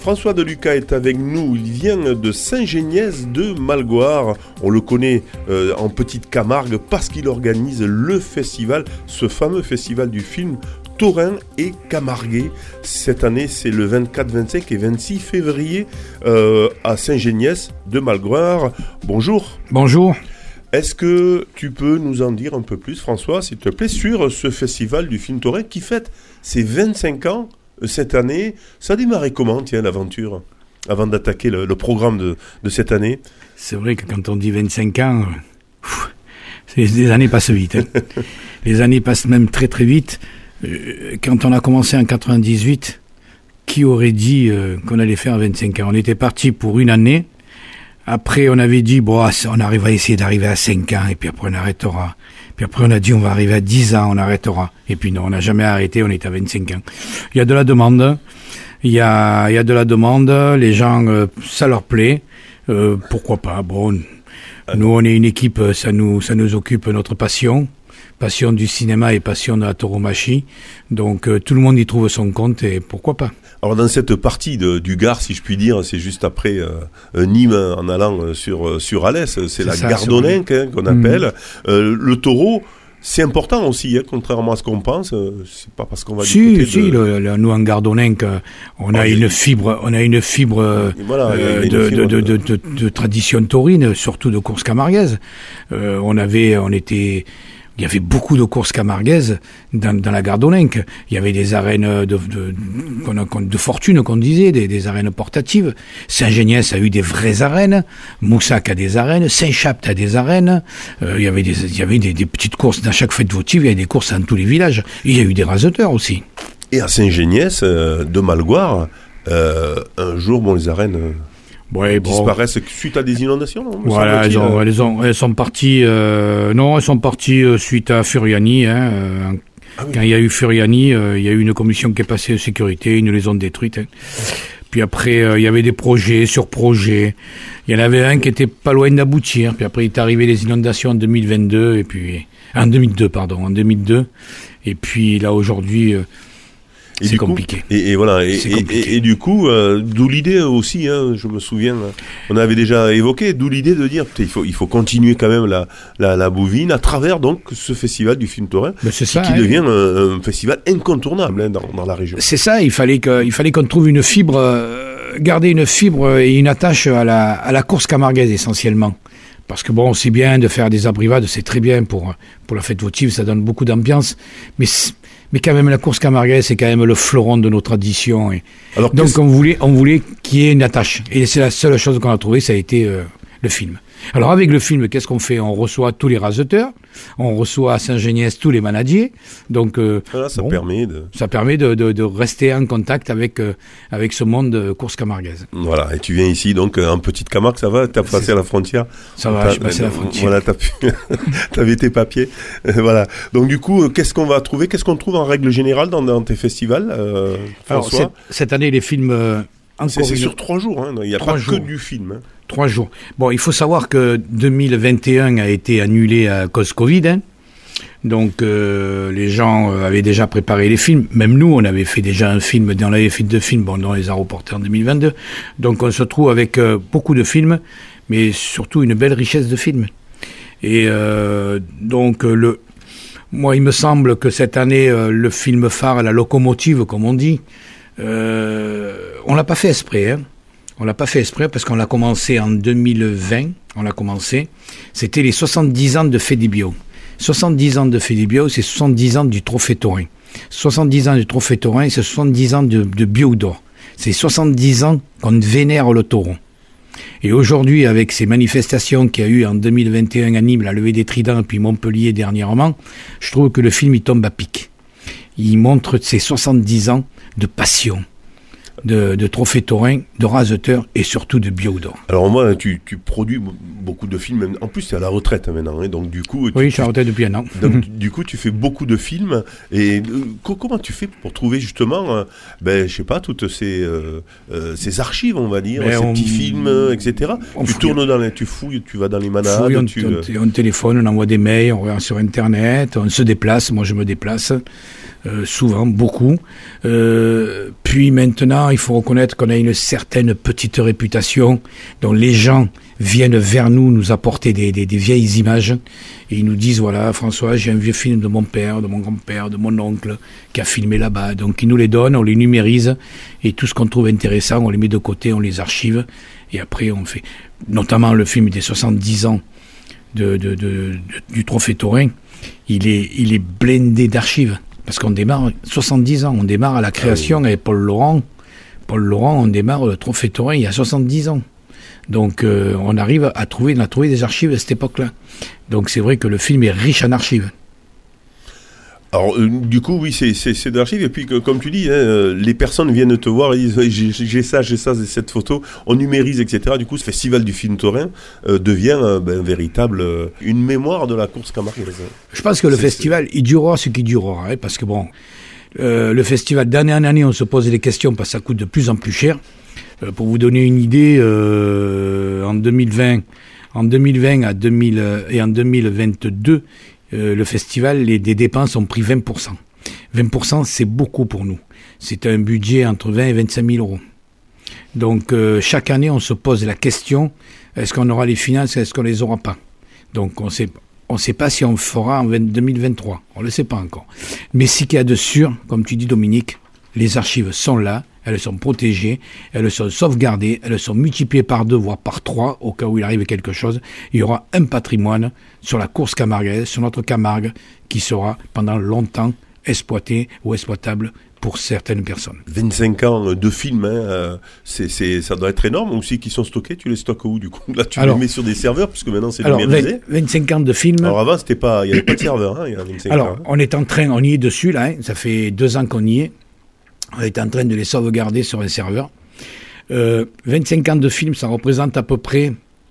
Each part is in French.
François Deluca est avec nous, il vient de Saint-Géniès de Malgoire. On le connaît en Petite Camargue parce qu'il organise le festival, ce fameux festival du film Taurin et Camarguais. Cette année, c'est le 24, 25 et 26 février à Saint-Géniès de Malgoire. Bonjour. Bonjour. Est-ce que tu peux nous en dire un peu plus, François, s'il te plaît, sur ce festival du film Taurin qui fête ses 25 ans cette année? Ça a démarré comment, tiens, l'aventure, avant d'attaquer le programme de cette année? C'est vrai que quand on dit 25 ans, les années passent vite. Hein. Les années passent même très très vite. Quand on a commencé en 98, qui aurait dit qu'on allait faire 25 ans? On était parti pour une année. Après, on avait dit, bon, on va essayer d'arriver à 5 ans, et puis après, on arrêtera. Puis après, on a dit, on va arriver à 10 ans, on arrêtera. Et puis non, on n'a jamais arrêté, on est à 25 ans. Il y a de la demande. Il y a de la demande. Les gens, ça leur plaît. Pourquoi pas? Bon, nous, on est une équipe, ça nous occupe notre passion du cinéma et passion de la tauromachie. Donc, tout le monde y trouve son compte et pourquoi pas. Alors, dans cette partie du Gard, si je puis dire, c'est juste après Nîmes en allant sur Alès, c'est la Gardoninque qu'on appelle. Le taureau, c'est important aussi, hein, contrairement à ce qu'on pense. C'est pas parce qu'on va du côté de... nous en Gardoninque, on a une fibre voilà, de tradition taurine, surtout de course camarguaise. Il y avait beaucoup de courses camarguaises dans la Gardoninque. Il y avait des arènes de fortune, qu'on disait, des arènes portatives. Saint-Géniès a eu des vraies arènes. Moussac a des arènes. Saint-Chapt a des arènes. Il y avait des petites courses dans chaque fête votive. Il y avait des courses dans tous les villages. Et il y a eu des raseteurs aussi. Et à Saint-Géniès de Malgoire, un jour, les arènes... disparaissent suite à des inondations, non? Voilà, elles sont parties. Elles sont parties suite à Furiani. Hein, Quand il y a eu Furiani, il y a eu une commission qui est passée de sécurité, ils nous les ont détruites. Hein. Puis après, il y avait des projets sur projets. Il y en avait un qui était pas loin d'aboutir. Puis après, il est arrivé les inondations en 2022 et puis en 2002. Et puis là aujourd'hui. C'est compliqué. Et du coup, d'où l'idée aussi, hein, je me souviens, on avait déjà évoqué, d'où l'idée de dire, il faut continuer quand même la bouvine à travers donc ce festival du film taurin, qui devient un festival incontournable hein, dans la région. C'est ça, il fallait qu'on trouve une fibre, garder une fibre et une attache à la course camarguaise essentiellement. Parce que bon, c'est bien de faire des abrivades, c'est très bien pour la fête votive, ça donne beaucoup d'ambiance, mais quand même, la course camarguaise, c'est quand même le fleuron de nos traditions. Donc, on voulait qu'il y ait une attache. Et c'est la seule chose qu'on a trouvée, ça a été le film. Alors, avec le film, qu'est-ce qu'on fait? On reçoit tous les raseteurs, on reçoit à Saint-Géniès tous les manadiers. Donc, ça permet de rester en contact avec ce monde de course camarguaise. Voilà, et tu viens ici, donc, en Petite Camargue, ça va? T'as passé à la frontière? Ça va, j'ai passé la frontière. Voilà, t'avais tes papiers. Voilà. Donc, du coup, qu'est-ce qu'on va trouver? Qu'est-ce qu'on trouve en règle générale dans tes festivals, François? Alors, cette année, les films... C'est sur 3 jours, hein. Il n'y a pas que du film. Hein. 3 jours. Bon, il faut savoir que 2021 a été annulé à cause Covid. Hein. Donc, les gens avaient déjà préparé les films. Même nous, on avait fait déjà un film dans la fête de films, dont on les a reportés en 2022. Donc, on se trouve avec beaucoup de films, mais surtout une belle richesse de films. Et donc, moi, il me semble que cette année, le film phare, la locomotive, comme on dit, on l'a pas fait exprès, hein. On l'a pas fait exprès parce qu'on l'a commencé en 2020. C'était les 70 ans de Fédibio. 70 ans de Fédibio, c'est 70 ans du Trophée Taurin. 70 ans du Trophée Taurin, c'est 70 ans de Biou-d'Or. C'est 70 ans qu'on vénère le taureau. Et aujourd'hui, avec ces manifestations qu'il y a eu en 2021 à Nîmes, la levée des tridents, et puis Montpellier dernièrement, je trouve que le film, il tombe à pic. Il montre ses 70 ans de passion, de Trophée Taurin, de raseteurs et surtout de Biou-d'Or. Alors moi, tu produis beaucoup de films, en plus tu es à la retraite maintenant, hein, donc du coup... Oui, je suis à la retraite depuis un an. Donc du coup tu fais beaucoup de films, et comment tu fais pour trouver justement, je sais pas, toutes ces archives, on va dire, ces petits films, etc. Tu fouilles, tu vas dans les manades... On téléphone, on envoie des mails, on regarde sur Internet, on se déplace, moi je me déplace... souvent, beaucoup. Puis maintenant, il faut reconnaître qu'on a une certaine petite réputation, dont les gens viennent vers nous apporter des vieilles images, et ils nous disent, voilà, François, j'ai un vieux film de mon père, de mon grand-père, de mon oncle, qui a filmé là-bas. Donc ils nous les donnent, on les numérise, et tout ce qu'on trouve intéressant, on les met de côté, on les archive, et après on fait, notamment le film des 70 ans du Trophée Taurin, il est blindé d'archives. Parce qu'on démarre 70 ans, on démarre à la création avec Paul Laurent. Paul Laurent, on démarre le Trophée Taurin il y a 70 ans. Donc on a trouvé des archives à cette époque-là. Donc c'est vrai que le film est riche en archives. Alors, du coup, oui, c'est de l'archive. Et puis, comme tu dis, les personnes viennent te voir et disent j'ai ça, j'ai cette photo. On numérise, etc. Du coup, ce festival du film taurin devient une mémoire de la course camarguaise. Je pense que le festival, il durera ce qui durera. Hein, parce que bon, le festival, d'année en année, on se pose des questions parce que ça coûte de plus en plus cher. Pour vous donner une idée, en 2020 et en 2022, le festival, des dépenses ont pris 20%. 20%, c'est beaucoup pour nous. C'est un budget entre 20 et 25 000 euros. Donc, chaque année, on se pose la question, est-ce qu'on aura les finances, est-ce qu'on les aura pas? Donc, on sait pas si on le fera en 2023. On le sait pas encore. Mais ce qu'il y a de sûr, comme tu dis, Dominique, les archives sont là, elles sont protégées, elles sont sauvegardées, elles sont multipliées par 2, voire par 3, au cas où il arrive quelque chose. Il y aura un patrimoine sur la course camarguaise, sur notre Camargue, qui sera pendant longtemps exploité ou exploitable pour certaines personnes. 25 ans de films, ça doit être énorme aussi, qui sont stockés. Tu les stockes où, du coup? Là, tu les mets sur des serveurs, puisque maintenant c'est numérisé. 25 ans de films. Alors avant, il n'y avait pas de serveur, il y a 25 alors, ans. on y est dessus, là, ça fait 2 ans qu'on y est. On est en train de les sauvegarder sur un serveur. 25 ans de films, ça représente à peu près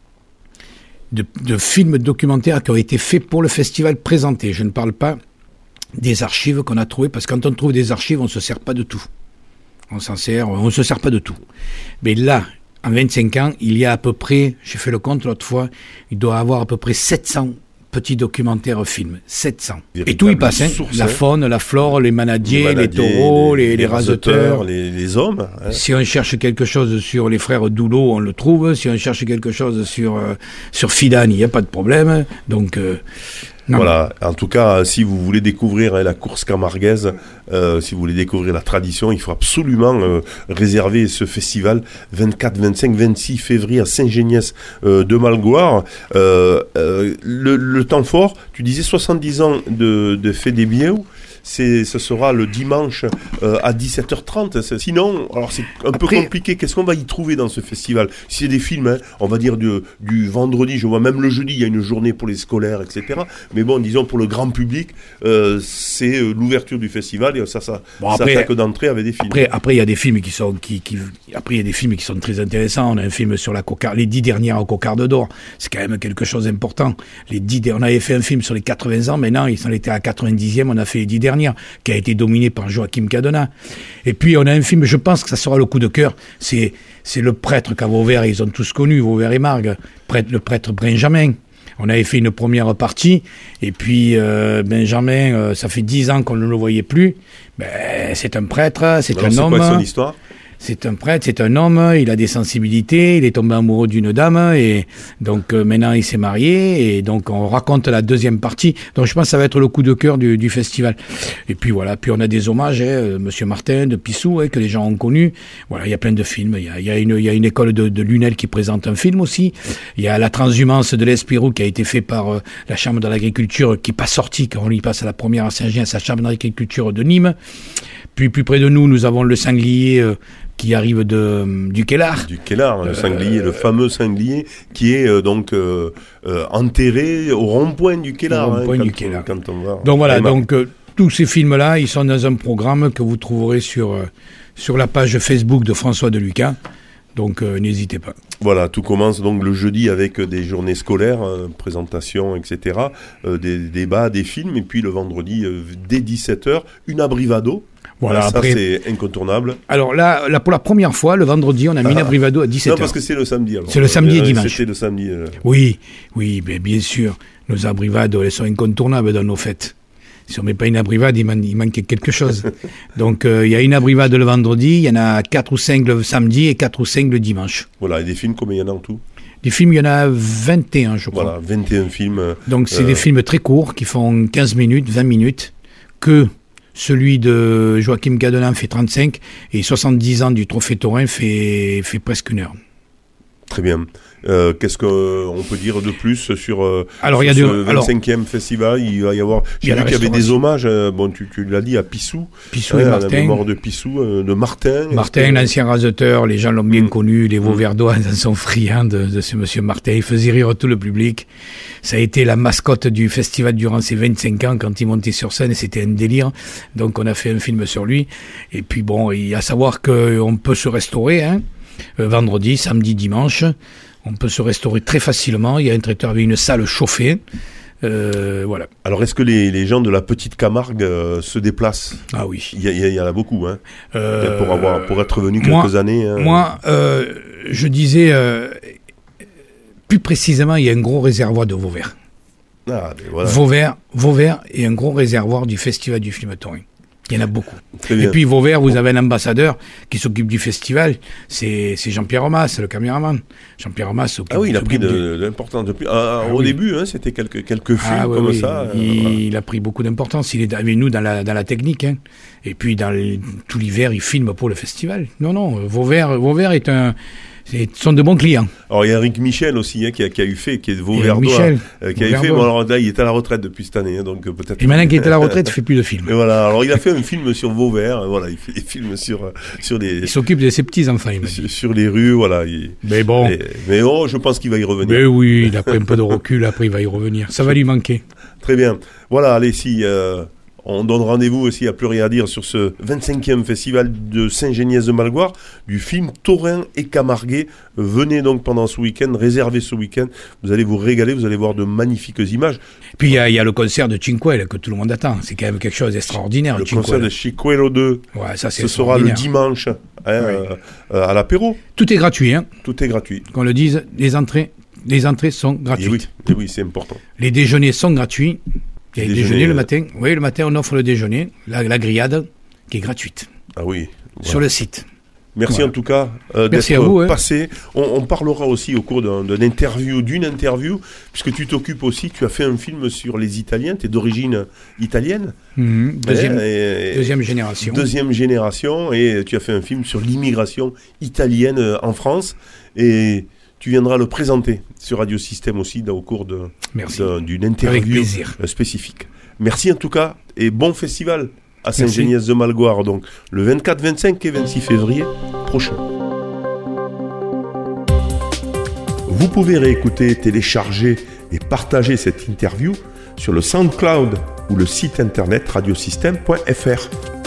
de films documentaires qui ont été faits pour le festival présenté. Je ne parle pas des archives qu'on a trouvées, parce que quand on trouve des archives, on ne se sert pas de tout. On ne se sert pas de tout. Mais là, en 25 ans, il y a à peu près, j'ai fait le compte l'autre fois, il doit y avoir à peu près 700 petits documentaires films, 700. Et tout y passe, la faune, la flore, les manadiers, les taureaux, les raseteurs, les hommes. Hein. Si on cherche quelque chose sur les frères Doulot, on le trouve. Si on cherche quelque chose sur Fidane, il n'y a pas de problème. Donc, voilà, en tout cas, si vous voulez découvrir la course camarguaise, si vous voulez découvrir la tradition, il faut absolument réserver ce festival 24, 25, 26 février à Saint-Géniès de Malgoire. Le temps fort, tu disais 70 ans de fait des biens. Ce sera le dimanche à 17h30. Sinon, alors c'est un peu compliqué. Qu'est-ce qu'on va y trouver dans ce festival? Si c'est des films, on va dire du vendredi, je vois même le jeudi, il y a une journée pour les scolaires, etc. Mais bon, disons pour le grand public, c'est l'ouverture du festival et ça attaque d'entrée avec des films. Après, il y a des films qui sont après il y a des films qui sont très intéressants. On a un film sur les 10 dernières cocardes d'or. C'est quand même quelque chose d'important. On avait fait un film sur les 80 ans. Maintenant, ils en étaient à 90e. On a fait les 10 dernières, qui a été dominé par Joachim Cadena. Et puis on a un film, je pense que ça sera le coup de cœur, c'est Le Prêtre qu'à Vauvert, ils ont tous connu, Vauvert et Margues, le prêtre Benjamin. On avait fait une première partie, et puis Benjamin, ça fait 10 ans qu'on ne le voyait plus. C'est un prêtre, c'est un homme. C'est quoi son histoire ? C'est un prêtre, c'est un homme, il a des sensibilités, il est tombé amoureux d'une dame, et donc maintenant il s'est marié, et donc on raconte la deuxième partie. Donc je pense que ça va être le coup de cœur du festival. Et puis voilà, puis on a des hommages, Monsieur Martin de Pissou, que les gens ont connu. Voilà, il y a plein de films. Il y a une école de Lunel qui présente un film aussi. Il y a La transhumance de l'Espirou qui a été fait par la Chambre de l'Agriculture, qui n'est pas sorti, quand on y passe à la première à Saint-Gien, à la Chambre d'Agriculture de Nîmes. Puis plus près de nous, nous avons le sanglier qui arrive du Kellar. Du Kellar, le sanglier, le fameux sanglier qui est enterré au rond-point du Kellar. Au rond-point du Kellar. Quand on va. Donc voilà, tous ces films-là, ils sont dans un programme que vous trouverez sur la page Facebook de François Deluca. Donc n'hésitez pas. Voilà, tout commence donc le jeudi avec des journées scolaires, présentations, etc., des débats, des films, et puis le vendredi, dès 17h, une abrivado. Voilà, ça après, c'est incontournable. Alors là, pour la première fois, le vendredi, on a mis une abrivado à 17h. Non, parce que c'est le samedi. Alors. C'est le samedi et dimanche. C'était le samedi. Oui, mais bien sûr. Nos abrivades, elles sont incontournables dans nos fêtes. Si on met pas une abrivade, il manque quelque chose. Donc, il y a une abrivade le vendredi, il y en a 4 ou 5 le samedi et 4 ou 5 le dimanche. Voilà, et des films, combien il y en a en tout ? Des films, il y en a 21, je crois. Voilà, 21 films. Donc, c'est des films très courts qui font 15 minutes, 20 minutes, que celui de Joachim Gadelan fait 35 et 70 ans du Trophée Taurin fait presque 1 heure. Très bien. Qu'est-ce qu'on peut dire de plus sur, alors, sur ce 25e festival ? Il va y avoir. J'ai vu qu'il y avait des hommages. Bon, tu l'as dit, à Pissou. Pissou et Martin. À la mémoire de Pissou, de Martin. Martin, l'ancien raseteur, les gens l'ont bien connu. Les Vauverdois en sont friands de ce monsieur Martin. Il faisait rire tout le public. Ça a été la mascotte du festival durant ses 25 ans quand il montait sur scène et c'était un délire. Donc, on a fait un film sur lui. Et puis, bon, il y a à savoir qu'on peut se restaurer, hein. Vendredi, samedi, dimanche. On peut se restaurer très facilement. Il y a un traiteur avec une salle chauffée. Voilà. Alors, est-ce que les gens de la petite Camargue se déplacent ? Ah oui. Il y en a beaucoup, hein. Pour être venu quelques années. Hein. Moi, je disais, plus précisément, il y a un gros réservoir de Vauvert. Ah, mais voilà. Vauvert est un gros réservoir du Festival du film taurin. Il y en a beaucoup. Très bien. Et puis Vauvert, vous avez un ambassadeur qui s'occupe du festival, c'est Jean-Pierre Romas, le caméraman. Jean-Pierre Romas s'occupe. Ah oui, il a pris de l'importance depuis. Au début, hein, c'était quelques films comme ça. Il a pris beaucoup d'importance. Il est avec nous dans la technique, hein. Et puis tout l'hiver, il filme pour le festival. Non, Vauvert sont de bons clients. Alors il y a Eric Michel aussi, hein, qui est de Vauverdois, qui a eu fait. Bon, alors là, il est à la retraite depuis cette année, hein, donc peut-être. Et maintenant qu'il est à la retraite, il fait plus de films. Et voilà. Alors il a fait un film sur Vauvert. Voilà, il fait des films sur les. Il s'occupe de ses petits enfants, il m'a dit. Sur les rues, voilà. Mais bon. Mais je pense qu'il va y revenir. Mais oui, il a pris un peu de recul. Après, il va y revenir. Ça va lui manquer. Très bien. Voilà. Allez, si. On donne rendez-vous aussi, à plus rien à dire, sur ce 25e festival de Saint-Géniès-de-Malgoire, du film Taurin et Camarguais. Venez donc pendant ce week-end, réservez ce week-end. Vous allez vous régaler, vous allez voir de magnifiques images. Puis il y a le concert de Cinquelle que tout le monde attend. C'est quand même quelque chose d'extraordinaire. Le concert de Cinquelle 2. Ouais, ça, ce sera le dimanche, hein, à l'apéro. Tout est gratuit. Hein. Tout est gratuit. Qu'on le dise, les entrées sont gratuites. Et oui, c'est important. Les déjeuners sont gratuits. Il y a le déjeuner le matin. Oui, le matin, on offre le déjeuner, la grillade, qui est gratuite. Ah oui. Voilà. Sur le site. Merci en tout cas d'être passé. On parlera aussi au cours d'une interview, puisque tu t'occupes aussi, tu as fait un film sur les Italiens, tu es d'origine italienne. Deuxième génération. Deuxième génération, et tu as fait un film sur l'immigration italienne en France. Tu viendras le présenter sur Radio Système aussi au cours d'une interview spécifique. Merci en tout cas et bon festival à Saint-Géniès-de-Malgoire, donc le 24, 25 et 26 février prochain. Vous pouvez réécouter, télécharger et partager cette interview sur le SoundCloud ou le site internet radiosystème.fr.